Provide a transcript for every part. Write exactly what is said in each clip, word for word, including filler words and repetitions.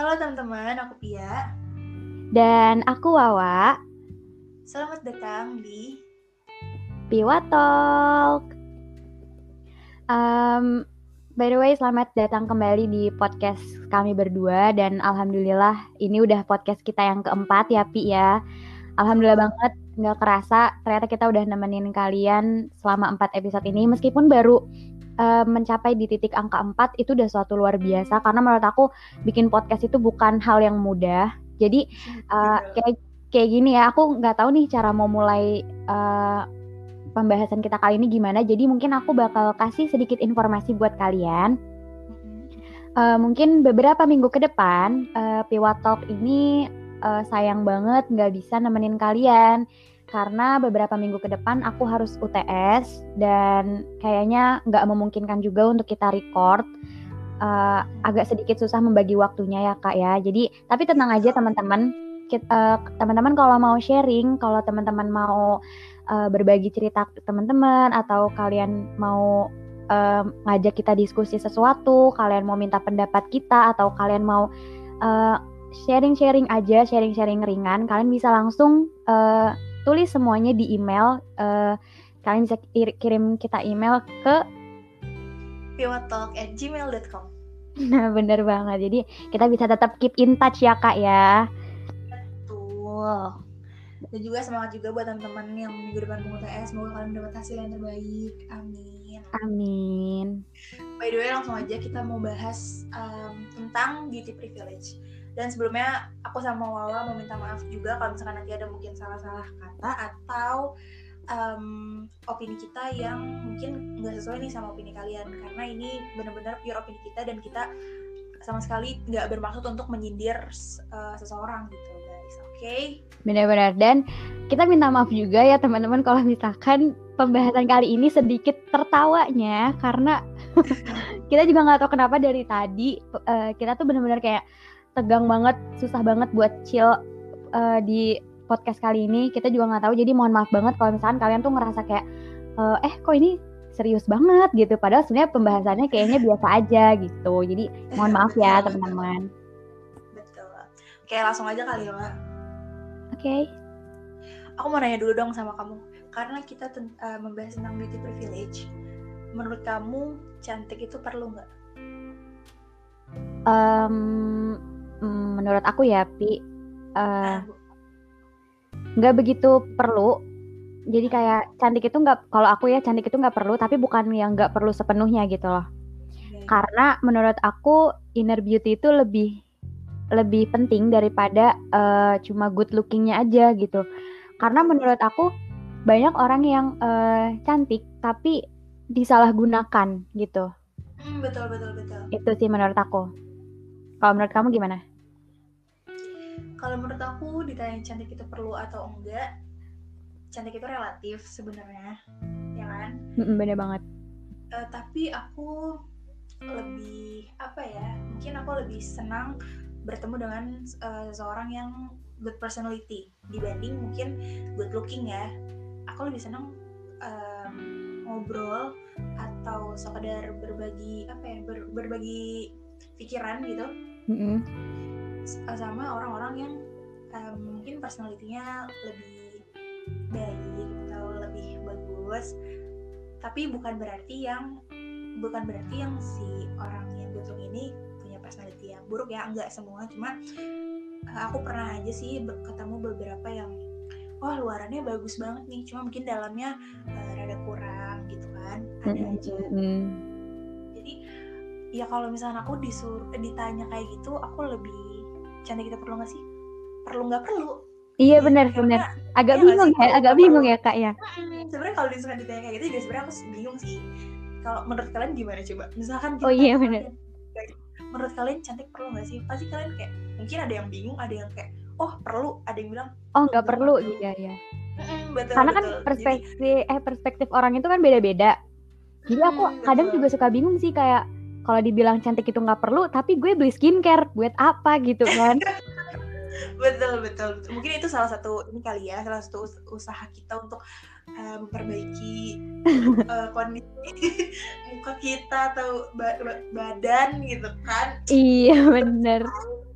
Halo teman-teman, aku Pia. Dan aku Wawa. Selamat datang di Piwa Talk. Um, by the way, selamat datang kembali di podcast kami berdua. Dan alhamdulillah ini udah podcast kita yang keempat ya Pi ya. Alhamdulillah oh. banget, gak kerasa ternyata kita udah nemenin kalian selama empat episode ini. Meskipun baru uh, mencapai di titik angka empat, itu udah suatu luar biasa. Karena menurut aku bikin podcast itu bukan hal yang mudah. Jadi uh, kayak kayak gini ya, aku nggak tahu nih cara mau mulai uh, pembahasan kita kali ini gimana. Jadi mungkin aku bakal kasih sedikit informasi buat kalian. Uh, mungkin beberapa minggu ke depan, uh, Piwa Talk ini uh, sayang banget nggak bisa nemenin kalian karena beberapa minggu ke depan aku harus U T S dan kayaknya nggak memungkinkan juga untuk kita record. Uh, agak sedikit susah membagi waktunya ya Kak ya. Jadi tapi tenang aja teman-teman. Kita, uh, teman-teman kalau mau sharing, kalau teman-teman mau uh, berbagi cerita ke teman-teman atau kalian mau uh, ngajak kita diskusi sesuatu, kalian mau minta pendapat kita atau kalian mau uh, sharing-sharing aja, sharing-sharing ringan, kalian bisa langsung uh, tulis semuanya di email. Uh, kalian bisa kirim kita email ke piwatalk at gmail dot com. Nah bener banget, jadi kita bisa tetap keep in touch ya Kak ya. Betul. Dan juga semangat juga buat teman-teman yang minggu depan mau U T S, semoga kalian mendapat hasil yang terbaik. Amin. Amin. By the way, langsung aja kita mau bahas um, tentang beauty privilege. Dan sebelumnya aku sama Wawa mau minta maaf juga kalau misalkan nanti ada mungkin salah-salah kata atau Um, opini kita yang mungkin nggak sesuai nih sama opini kalian, karena ini benar-benar pure opini kita dan kita sama sekali nggak bermaksud untuk menyindir uh, seseorang gitu guys, oke? Okay? Benar-benar, dan kita minta maaf juga ya teman-teman kalau misalkan pembahasan kali ini sedikit tertawanya karena kita juga nggak tahu kenapa dari tadi uh, kita tuh benar-benar kayak tegang banget, susah banget buat chill uh, di podcast kali ini. Kita juga nggak tahu, jadi mohon maaf banget kalau misalkan kalian tuh ngerasa kayak e, eh kok ini serius banget gitu, padahal sebenarnya pembahasannya kayaknya biasa aja gitu. Jadi mohon maaf ya teman-teman. Betul. Oke, langsung aja kali ya Mbak. Oke. Okay. Aku mau nanya dulu dong sama kamu, karena kita ten- uh, membahas tentang beauty privilege. Menurut kamu cantik itu perlu nggak? Um, menurut aku ya Pi. Uh, nah, nggak begitu perlu. Jadi kayak cantik itu nggak, kalau aku ya cantik itu nggak perlu, tapi bukan yang nggak perlu sepenuhnya gitu loh. Okay. Karena menurut aku inner beauty itu lebih lebih penting daripada uh, cuma good lookingnya aja gitu. Karena menurut aku banyak orang yang uh, cantik tapi disalahgunakan gitu. Hmm, betul betul betul. Itu sih menurut aku. Kalau menurut kamu gimana? Kalau menurut aku ditanya cantik itu perlu atau enggak, cantik itu relatif sebenarnya, ya kan? Mm-mm, bener banget. Uh, tapi aku lebih apa ya? Mungkin aku lebih senang bertemu dengan uh, seseorang yang good personality dibanding mungkin good looking ya. Aku lebih senang um, ngobrol atau sekedar berbagi apa ya? Ber, berbagi pikiran gitu. Mm-hmm. Sama orang-orang yang um, mungkin personality-nya lebih baik atau lebih bagus, tapi bukan berarti yang bukan berarti yang si orang yang good ini punya personality yang buruk ya, enggak semua, cuma uh, aku pernah aja sih ketemu beberapa yang wah oh, luarannya bagus banget nih, cuma mungkin dalamnya uh, rada kurang gitu kan, ada mm-hmm. aja. Jadi ya kalau misalnya aku disuruh ditanya kayak gitu, aku lebih cantik itu perlu nggak sih? Perlu nggak perlu? Iya benar benar. Agak ya, bingung ya, agak bingung perlu. ya kak ya. Hmm, sebenarnya kalau misalkan ditanya kayak gitu, juga sebenarnya aku bingung sih. Kalau menurut kalian gimana coba? Misalkan oh iya benar. Menurut kalian cantik perlu nggak sih? Pasti kalian kayak mungkin ada yang bingung, ada yang kayak oh perlu, ada yang bilang oh nggak perlu, perlu. Iya ya. Hmm, betul, Karena betul. kan perspektif Jadi, eh perspektif orang itu kan beda-beda. Jadi aku hmm, kadang juga suka bingung sih kayak kalau dibilang cantik itu nggak perlu, tapi gue beli skincare buat apa gitu kan? betul, betul betul. Mungkin itu salah satu ini kali ya, salah satu usaha kita untuk uh, memperbaiki uh, kondisi muka kita atau ba- ba- badan gitu kan? Iya benar.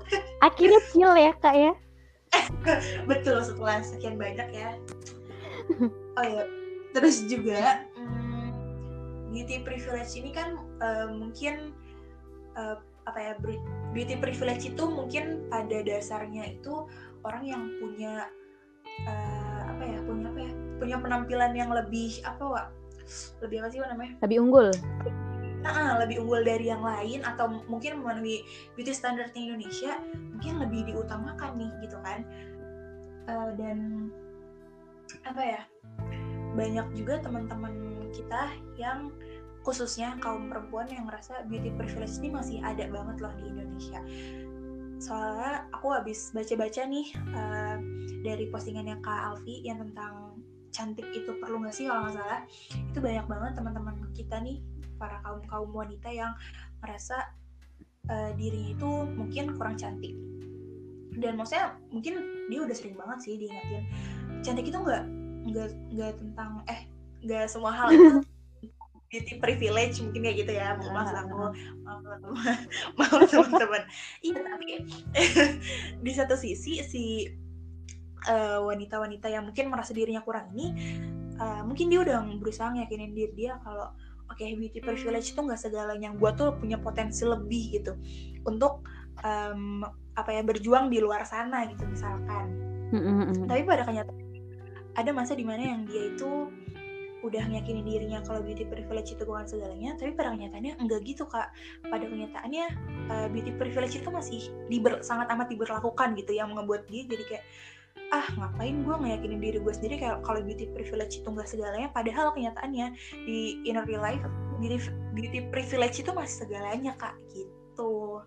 Akhirnya chill ya kak ya. Betul, setelah sekian banyak ya. Oh ya, terus juga hmm, beauty privilege ini kan uh, mungkin uh, apa ya, beauty privilege itu mungkin pada dasarnya itu orang yang punya uh, apa ya, punya apa ya, punya penampilan yang lebih apa Wak? Lebih apa sih namanya? Lebih unggul. Nah, lebih unggul dari yang lain atau mungkin memenuhi beauty standardnya Indonesia mungkin lebih diutamakan nih gitu kan. Uh, dan apa ya, banyak juga teman-teman kita yang khususnya kaum perempuan yang ngerasa beauty privilege ini masih ada banget loh di Indonesia. Soalnya aku habis baca-baca nih uh, dari postingannya Kak Alfi yang tentang cantik itu perlu nggak sih kalau nggak salah, itu banyak banget teman-teman kita nih, para kaum kaum wanita yang merasa uh, diri itu mungkin kurang cantik. Dan maksudnya mungkin dia udah sering banget sih diingatin cantik itu nggak nggak nggak tentang eh nggak semua hal itu beauty privilege, mungkin kayak gitu ya. Maaf aku, maaf teman-teman, maaf teman-teman. Iya, tapi di satu sisi si uh, wanita-wanita yang mungkin merasa dirinya kurang ini, uh, mungkin dia udah berusaha ngeyakinin diri dia kalau oke okay, beauty privilege itu nggak segalanya, gue tuh punya potensi lebih gitu untuk um, apa ya, berjuang di luar sana gitu misalkan. Mm-hmm. Tapi pada kenyataan ada masa dimana yang dia itu udah ngeyakinin dirinya kalau beauty privilege itu bukan segalanya, tapi pada kenyataannya enggak gitu Kak. Pada kenyataannya uh, beauty privilege itu masih diber, sangat amat diberlakukan gitu, yang membuat dia jadi kayak ah ngapain gue ngeyakinin diri gue sendiri kayak kalau beauty privilege itu enggak segalanya, padahal kenyataannya di in real life beauty, beauty privilege itu masih segalanya Kak gitu.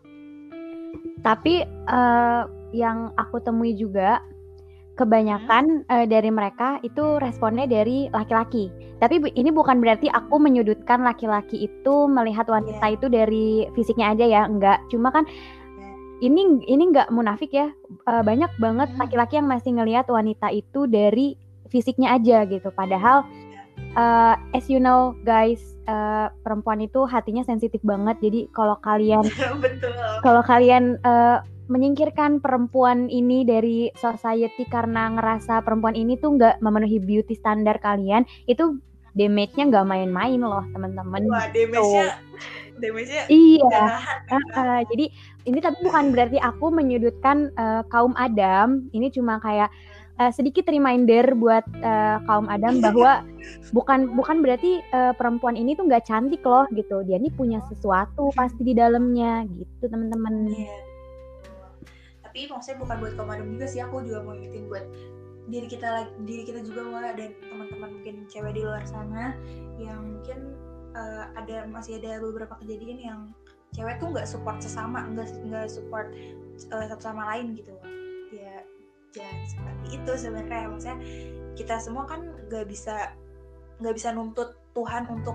Tapi uh, yang aku temui juga kebanyakan hmm. uh, dari mereka itu responnya dari laki-laki. Tapi bu- ini bukan berarti aku menyudutkan laki-laki itu melihat wanita yeah. itu dari fisiknya aja ya, enggak. Cuma kan yeah. ini ini enggak munafik ya. Uh, banyak banget hmm. laki-laki yang masih ngelihat wanita itu dari fisiknya aja gitu. Padahal uh, as you know guys, uh, perempuan itu hatinya sensitif banget. Jadi kalau kalian kalau kalian uh, menyingkirkan perempuan ini dari society karena ngerasa perempuan ini tuh nggak memenuhi beauty standar kalian, itu damage-nya nggak main-main loh teman-teman. Wah, damage-nya, damage-nya iya. Uh, uh, jadi ini tapi bukan berarti aku menyudutkan uh, kaum Adam. Ini cuma kayak uh, sedikit reminder buat uh, kaum Adam bahwa bukan bukan berarti uh, perempuan ini tuh nggak cantik loh gitu. Dia ini punya sesuatu pasti di dalamnya gitu teman-teman. Yeah. Tapi maksudnya bukan buat kaum Adam juga sih, aku juga mau ingetin buat diri kita diri kita juga Wak, dan teman-teman mungkin cewek di luar sana yang mungkin uh, ada masih ada beberapa kejadian yang cewek tuh nggak support sesama, nggak nggak support uh, satu sama lain gitu. Ya jangan seperti itu sebenarnya. Maksudnya kita semua kan nggak bisa nggak bisa nuntut Tuhan untuk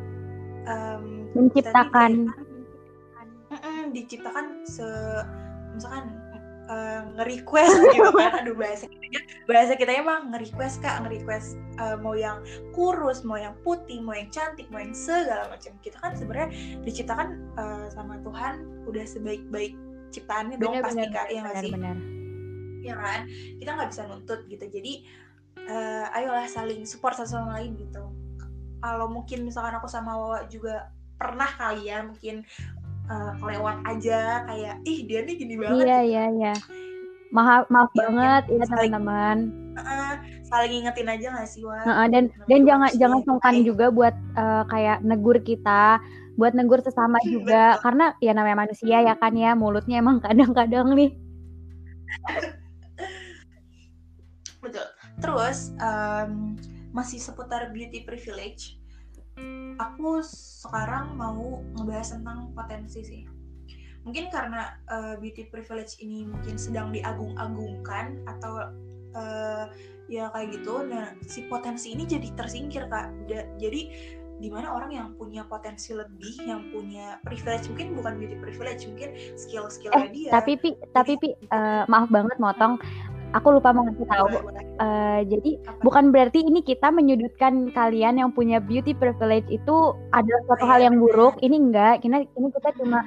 um, menciptakan kita diciptakan se misalkan Uh, nge-request gitu kan. Aduh bahasa kitanya bahasa kitanya mah nge-request Kak, nge-request uh, mau yang kurus, mau yang putih, mau yang cantik, mau yang segala macam. Kita kan sebenarnya diciptakan uh, sama Tuhan udah sebaik-baik ciptaannya dong pasti Kak, ya nggak sih? Benar. Ya kan, kita nggak bisa nuntut gitu. Jadi uh, ayolah saling support satu sama lain gitu. Kalau mungkin misalkan aku sama Wawa juga pernah kali ya mungkin Uh, kelewat aja kayak ih dia nih gini banget. Iya gitu. iya iya. Maaf maaf ya, banget ya, ya teman-teman. Uh, saling ingetin aja nggak sih Wak? Uh, dan dan jangan jangan sungkan juga buat uh, kayak negur kita, buat negur sesama juga karena ya namanya manusia ya kan ya, mulutnya emang kadang-kadang nih. Betul. Terus um, masih seputar beauty privilege. Aku sekarang mau ngebahas tentang potensi sih. Mungkin karena uh, beauty privilege ini mungkin sedang diagung-agungkan atau uh, ya kayak gitu. Nah, si potensi ini jadi tersingkir Kak. Da- jadi dimana orang yang punya potensi lebih, yang punya privilege, mungkin bukan beauty privilege, mungkin skill-skillnya eh, dia. Tapi pi, tapi pi, uh, maaf banget motong. Aku lupa mau ngasih tahu. Uh, jadi Apa? bukan berarti ini kita menyudutkan kalian yang punya beauty privilege itu adalah suatu hal yang buruk. Ini enggak. Ini ini kita cuma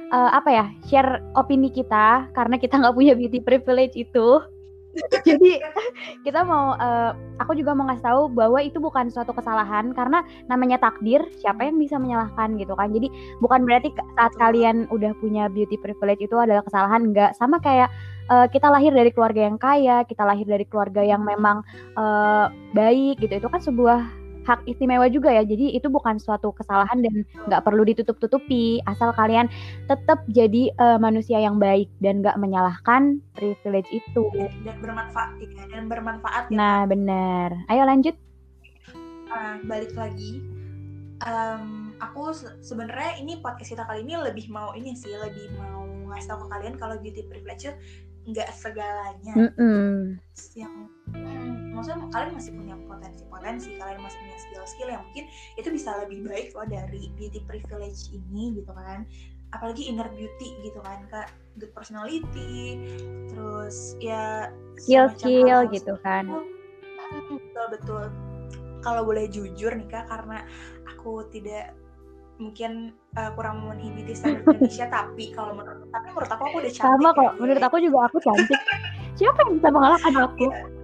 uh, apa ya, share opini kita karena kita nggak punya beauty privilege itu. Jadi kita mau, uh, aku juga mau ngasih tahu bahwa itu bukan suatu kesalahan karena namanya takdir, siapa yang bisa menyalahkan gitu kan. Jadi bukan berarti saat kalian udah punya beauty privilege itu adalah kesalahan, enggak. Sama kayak uh, kita lahir dari keluarga yang kaya, kita lahir dari keluarga yang memang uh, baik gitu. Itu kan sebuah hak istimewa juga ya. Jadi itu bukan suatu kesalahan dan nggak perlu ditutup-tutupi. Asal kalian tetap jadi uh, manusia yang baik dan nggak menyalahkan privilege itu. Dan bermanfaat ya, dan bermanfaat ya. Nah benar. Ayo lanjut. Uh, balik lagi. Um, aku se- sebenarnya ini podcast kita kali ini lebih mau ini sih, lebih mau ngasih tahu ke kalian kalau beauty privilege nggak segalanya. Mm-mm. Yang hmm, maksudnya kalian masih punya potensi-potensi, kalian masih punya skill-skill yang mungkin itu bisa lebih baik loh dari beauty privilege ini gitu kan. Apalagi inner beauty gitu kan, Kak, good personality, terus ya skill-skill gitu kan. Betul-betul. Kalau boleh jujur nih Kak, karena aku tidak mungkin uh, kurang memenuhi beauty standar Indonesia, tapi kalau menurut tapi menurut aku aku udah cantik. Sama kok, ya, menurut aku juga aku cantik. Siapa yang bisa mengalahkan aku?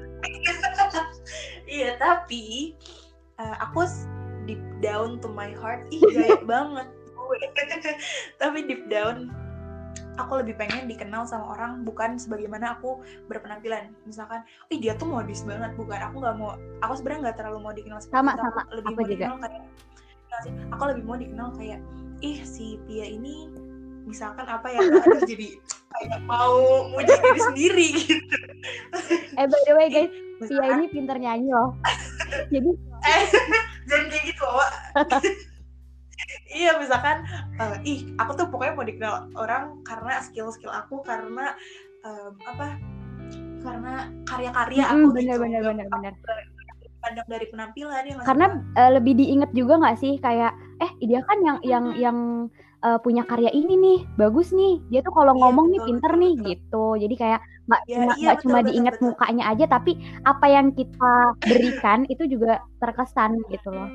Iya, tapi uh, aku deep down to my heart ih gaya banget. Tapi deep down aku lebih pengen dikenal sama orang bukan sebagaimana aku berpenampilan. Misalkan, ih dia tuh modis banget, bukan. Aku nggak mau, aku sebenarnya nggak terlalu mau dikenal seperti sama itu. sama Aku lebih aku mau juga dikenal kayak, aku lebih mau dikenal kayak, ih si Pia ini misalkan apa ya, aduh jadi kayak mau muji diri sendiri gitu. Eh by the way guys, Pia ini pintar nyanyi loh. Jadi eh jangan kayak gitu Wak. Iya misalkan uh, ih aku tuh pokoknya mau dikenal orang karena skill-skill aku, karena um, apa karena karya-karya mm, aku bener, gitu. Bener bener bener. Pandang dari penampilan ya. Karena uh, lebih diinget juga nggak sih kayak eh dia kan yang hmm. yang yang uh, punya karya ini nih, bagus nih, dia tuh kalau iya, ngomong betul, nih pinter betul, nih betul. Gitu. Jadi kayak nggak ya, cuma iya, nggak cuma betul, diinget betul, mukanya aja, tapi apa yang kita berikan itu juga terkesan gitu loh.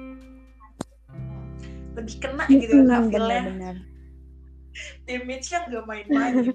Lebih kena gitu ya Kak, feel-nya. Bener-bener. Image-nya nggak main-main.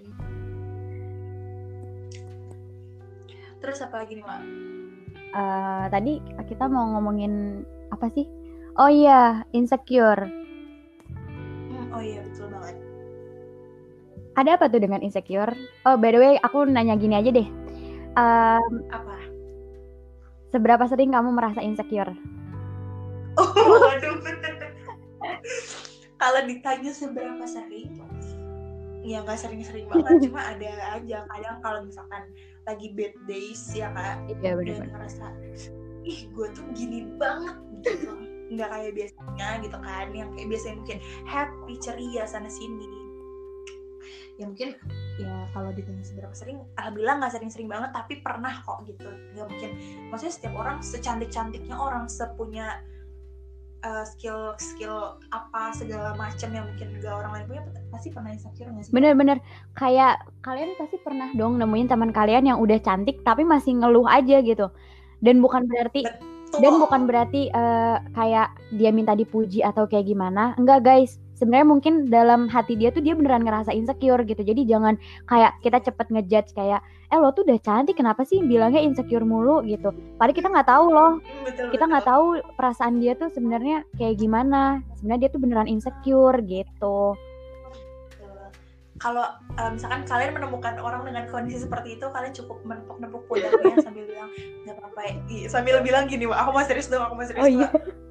Terus apa lagi nih Mak? Uh, tadi kita mau ngomongin apa sih? Oh iya, insecure. Hmm, oh iya, betul banget. Ada apa tuh dengan insecure? Oh, by the way, aku nanya gini aja deh. Um, apa? Seberapa sering kamu merasa insecure? Oh, waduh. Kalau ditanya seberapa sering, ya nggak sering-sering banget, cuma ada aja kadang kalau misalkan lagi bad days ya Kak, iya, dan ngerasa ih gue tuh gini banget gitu, nggak kayak biasanya gitu kan, yang kayak biasanya mungkin happy ceria sana sini. Ya mungkin ya kalau ditanya seberapa sering, alhamdulillah nggak sering-sering banget, tapi pernah kok gitu. Nggak mungkin, maksudnya setiap orang secantik-cantiknya orang, sepunya Uh, skill skill apa segala macam yang mungkin gak orang lain punya, pasti pernah insecure nggak sih? Bener-bener kayak kalian pasti pernah dong nemuin teman kalian yang udah cantik tapi masih ngeluh aja gitu, dan bukan berarti Betul. dan bukan berarti uh, kayak dia minta dipuji atau kayak gimana, enggak guys. Sebenarnya mungkin dalam hati dia tuh dia beneran ngerasa insecure gitu. Jadi jangan kayak kita cepet ngejudge kayak eh lo tuh udah cantik kenapa sih bilangnya insecure mulu gitu. Padahal kita nggak tahu loh. Betul, kita nggak tahu perasaan dia tuh sebenarnya kayak gimana. Sebenarnya dia tuh beneran insecure gitu. Kalau uh, misalkan kalian menemukan orang dengan kondisi seperti itu, kalian cukup menepuk-nepuk pundaknya sambil bilang nggak apa-apa ya. Sambil bilang gini, Wak, aku mau serius dong, aku mau serius. Oh iya.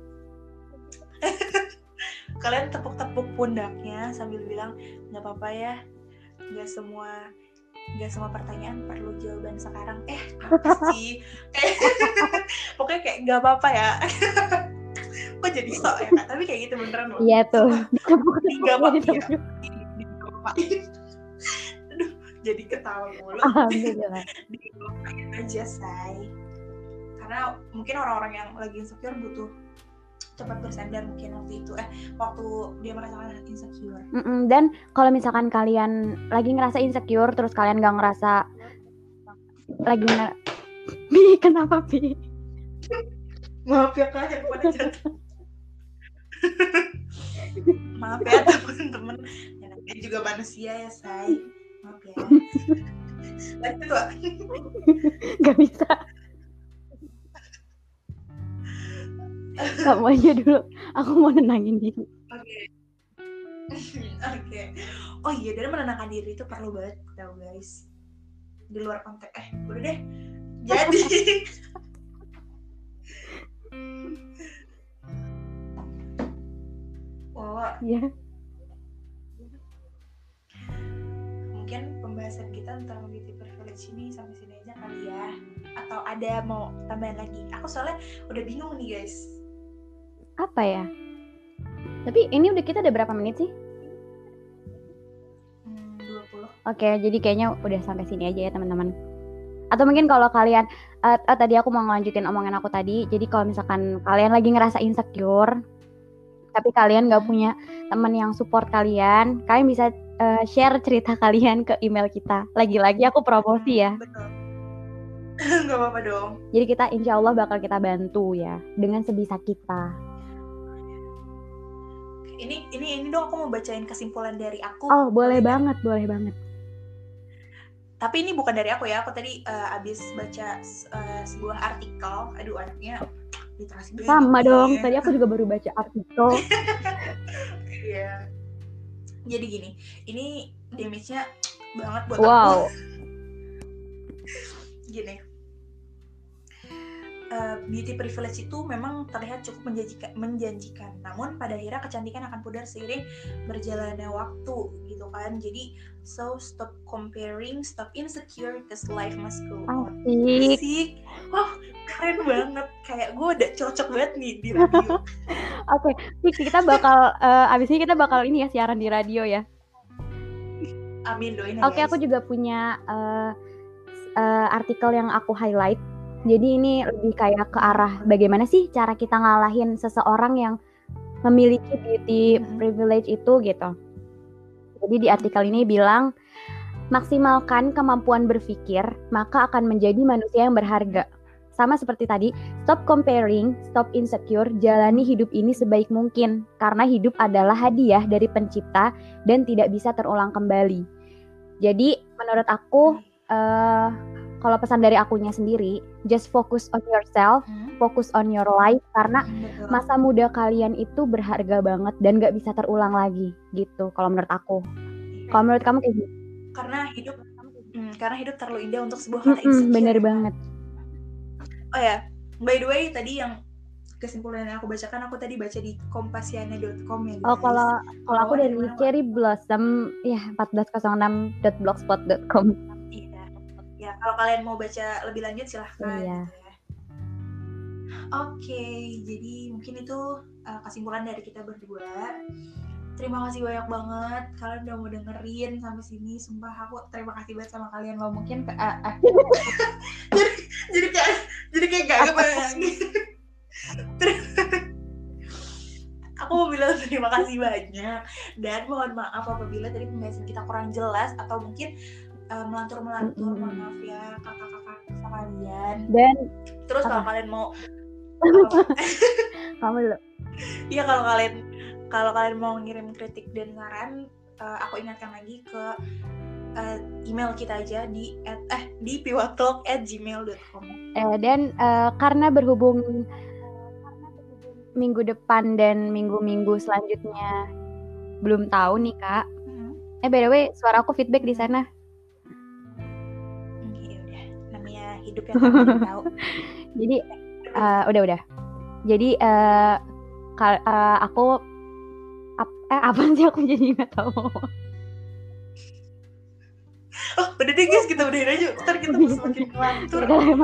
Kalian tepuk-tepuk pundaknya sambil bilang nggak apa-apa ya, nggak semua nggak semua pertanyaan perlu jawaban sekarang. Eh apa sih? Pokoknya kayak nggak apa-apa ya. Kok jadi sok ya Kak? Tapi kayak gitu beneran loh. Iya tuh. Nggak apa-apa ya. Aduh, jadi ketawa mulu. Alhamdulillah. Dilupain aja say. Karena mungkin orang-orang yang lagi insecure butuh cepat bersandar mungkin waktu itu eh waktu dia merasakan insecure. Mm-mm, dan kalau misalkan kalian lagi ngerasa insecure terus kalian nggak ngerasa lagi nger- Bi kenapa Bi? Maaf ya Kak, yang pada jatuh. Maaf ya teman-teman, yang juga manusia ya, say. Maaf ya. Lanjut, Wak. Gak bisa. Kamu aja dulu. Aku mau nenangin diri. Oke. Oke. Oh iya, dan menenangkan diri itu perlu banget tau guys. Di luar konteks. Eh, udah deh. Jadi. Oh. Iya. Mungkin pembahasan kita tentang beauty privilege ini sampai sini aja kali ya. Atau ada mau tambahan lagi? Aku soalnya udah bingung nih guys. Apa ya? Tapi ini udah kita udah berapa menit sih? Hmm, dua puluh. Oke, jadi kayaknya udah sampai sini aja ya teman-teman. Atau mungkin kalau kalian uh, uh, tadi aku mau ngelanjutin omongan aku tadi. Jadi kalau misalkan kalian lagi ngerasa insecure, tapi kalian gak punya teman yang support kalian, kalian bisa uh, share cerita kalian ke email kita. Lagi-lagi aku promosi ya. Betul. Gak apa-apa dong. Jadi kita insya Allah bakal kita bantu ya dengan sebisa kita. Ini ini ini dong aku mau bacain kesimpulan dari aku. Oh boleh, boleh banget, kan? boleh banget. Tapi ini bukan dari aku ya. Aku tadi uh, abis baca uh, sebuah artikel. Aduh anaknya literasi banget. Sama dong. Tadi aku juga baru baca artikel. Iya. Jadi gini, ini damage-nya banget buat wow. aku. Gini. Uh, beauty privilege itu memang terlihat cukup menjanjikan, menjanjikan. Namun pada akhirnya kecantikan akan pudar seiring berjalannya waktu gitu kan. Jadi so stop comparing, stop insecure, cause life must go on. Asik. Asik. Wah, keren banget. Kayak gue udah cocok banget nih di radio. Oke, okay. Kita bakal uh, abis ini kita bakal ini ya siaran di radio ya. Amin doain. Oke, okay, aku juga punya uh, uh, artikel yang aku highlight. Jadi ini lebih kayak ke arah bagaimana sih cara kita ngalahin seseorang yang memiliki beauty privilege itu gitu. Jadi di artikel ini bilang, maksimalkan kemampuan berpikir, maka akan menjadi manusia yang berharga. Sama seperti tadi, stop comparing, stop insecure, jalani hidup ini sebaik mungkin. Karena hidup adalah hadiah dari pencipta dan tidak bisa terulang kembali. Jadi menurut aku, uh, kalau pesan dari akunya sendiri, just focus on yourself, hmm? focus on your life, karena hmm, masa muda kalian itu berharga banget dan gak bisa terulang lagi, gitu. Kalau menurut aku. Kalau menurut kamu kayak gitu? Karena hidup, hmm, karena hidup terlalu indah untuk sebuah kata hmm, insecure. Bener ya. banget. Oh ya, by the way, tadi yang kesimpulan yang aku bacakan, aku tadi baca di kompasiana dot com ya guys. Oh, kalau kalau aku dari Cherry Blossom, ya empat belas nol enam dot blogspot dot com. Ya, kalau kalian mau baca lebih lanjut silahkan. Iya. Gitu ya. Oke, jadi mungkin itu uh, kesimpulan dari kita berdua. Terima kasih banyak banget kalian udah mau dengerin sampai sini. Sumpah aku terima kasih banget sama kalian. Lo mungkin uh, uh. jadi jadi kayak jadi kayak gak kebayang. Aku mau bilang terima kasih banyak dan mohon maaf apabila tadi pembahasan kita kurang jelas atau mungkin Uh, melantur-melantur, mm-hmm. mohon maaf ya kakak-kakak sekalian. Dan terus kalau kalian mau kamu dulu. Iya kalau kalian kalau kalian mau ngirim kritik dan saran, uh, aku ingatkan lagi ke uh, email kita aja di at, eh di piwatalk at gmail dot com. Eh, dan uh, karena berhubung minggu depan dan minggu-minggu selanjutnya belum tahu nih kak. Mm-hmm. Eh by the way suara aku feedback di sana. Hidup yang kamu tahu. Jadi uh, udah udah. Jadi uh, kal- uh, aku ap- eh apa sih aku jadi nggak tahu. Oh udah deh guys kita udahin aja. Ntar kita semakin ngelantur.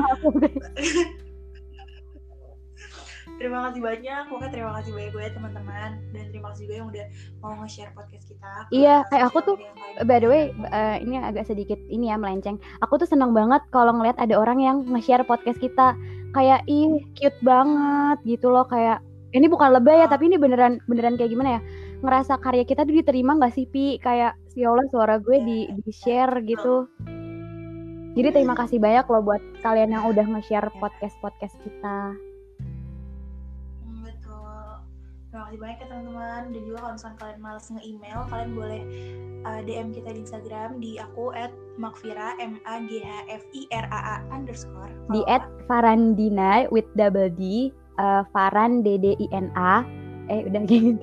Terima kasih banyak, pokoknya terima kasih banyak-banyak teman-teman dan terima kasih juga yang udah mau nge-share podcast kita. Iya, kayak aku tuh by the way uh, ini agak sedikit ini ya melenceng. Aku tuh senang banget kalau ngeliat ada orang yang nge-share podcast kita. Kayak ih cute banget gitu loh, kayak ini bukan lebay ya, tapi ini beneran beneran kayak gimana ya? Ngerasa karya kita tuh diterima enggak sih, Pi? Kayak ya Allah suara gue di di-share gitu. Jadi terima kasih banyak loh buat kalian yang udah nge-share podcast-podcast kita. Terima kasih banyak ya teman-teman. Dan juga kalau misalkan kalian malas nge-email, kalian boleh uh, D M kita di Instagram di aku at magfira m a g h f i r a a underscore di at farandina with double D, uh, Faran D D I N A. Eh udah kayak gitu.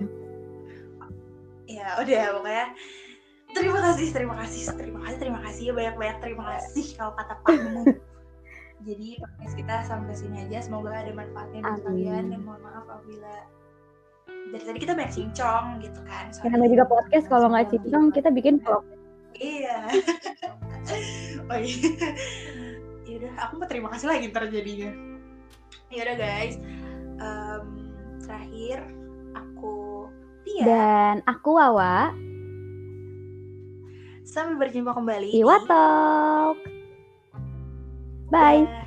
Ya udah pokoknya. Terima kasih, terima kasih, terima kasih, terima kasih banyak-banyak terima kasih kalau kata Pakmu. Jadi podcast kita sampai sini aja. Semoga ada manfaatnya buat kalian dan mohon maaf apabila dari tadi kita banyak cincong gitu kan. Yang namanya juga podcast, kalau nggak cincong kita bikin vlog. Iya. Oh iya. Yaudah, aku mau terima kasih lagi ntar jadinya. Yaudah guys, um, terakhir aku Tia dan aku Wawa. Sampai berjumpa kembali di Watalk. Bye.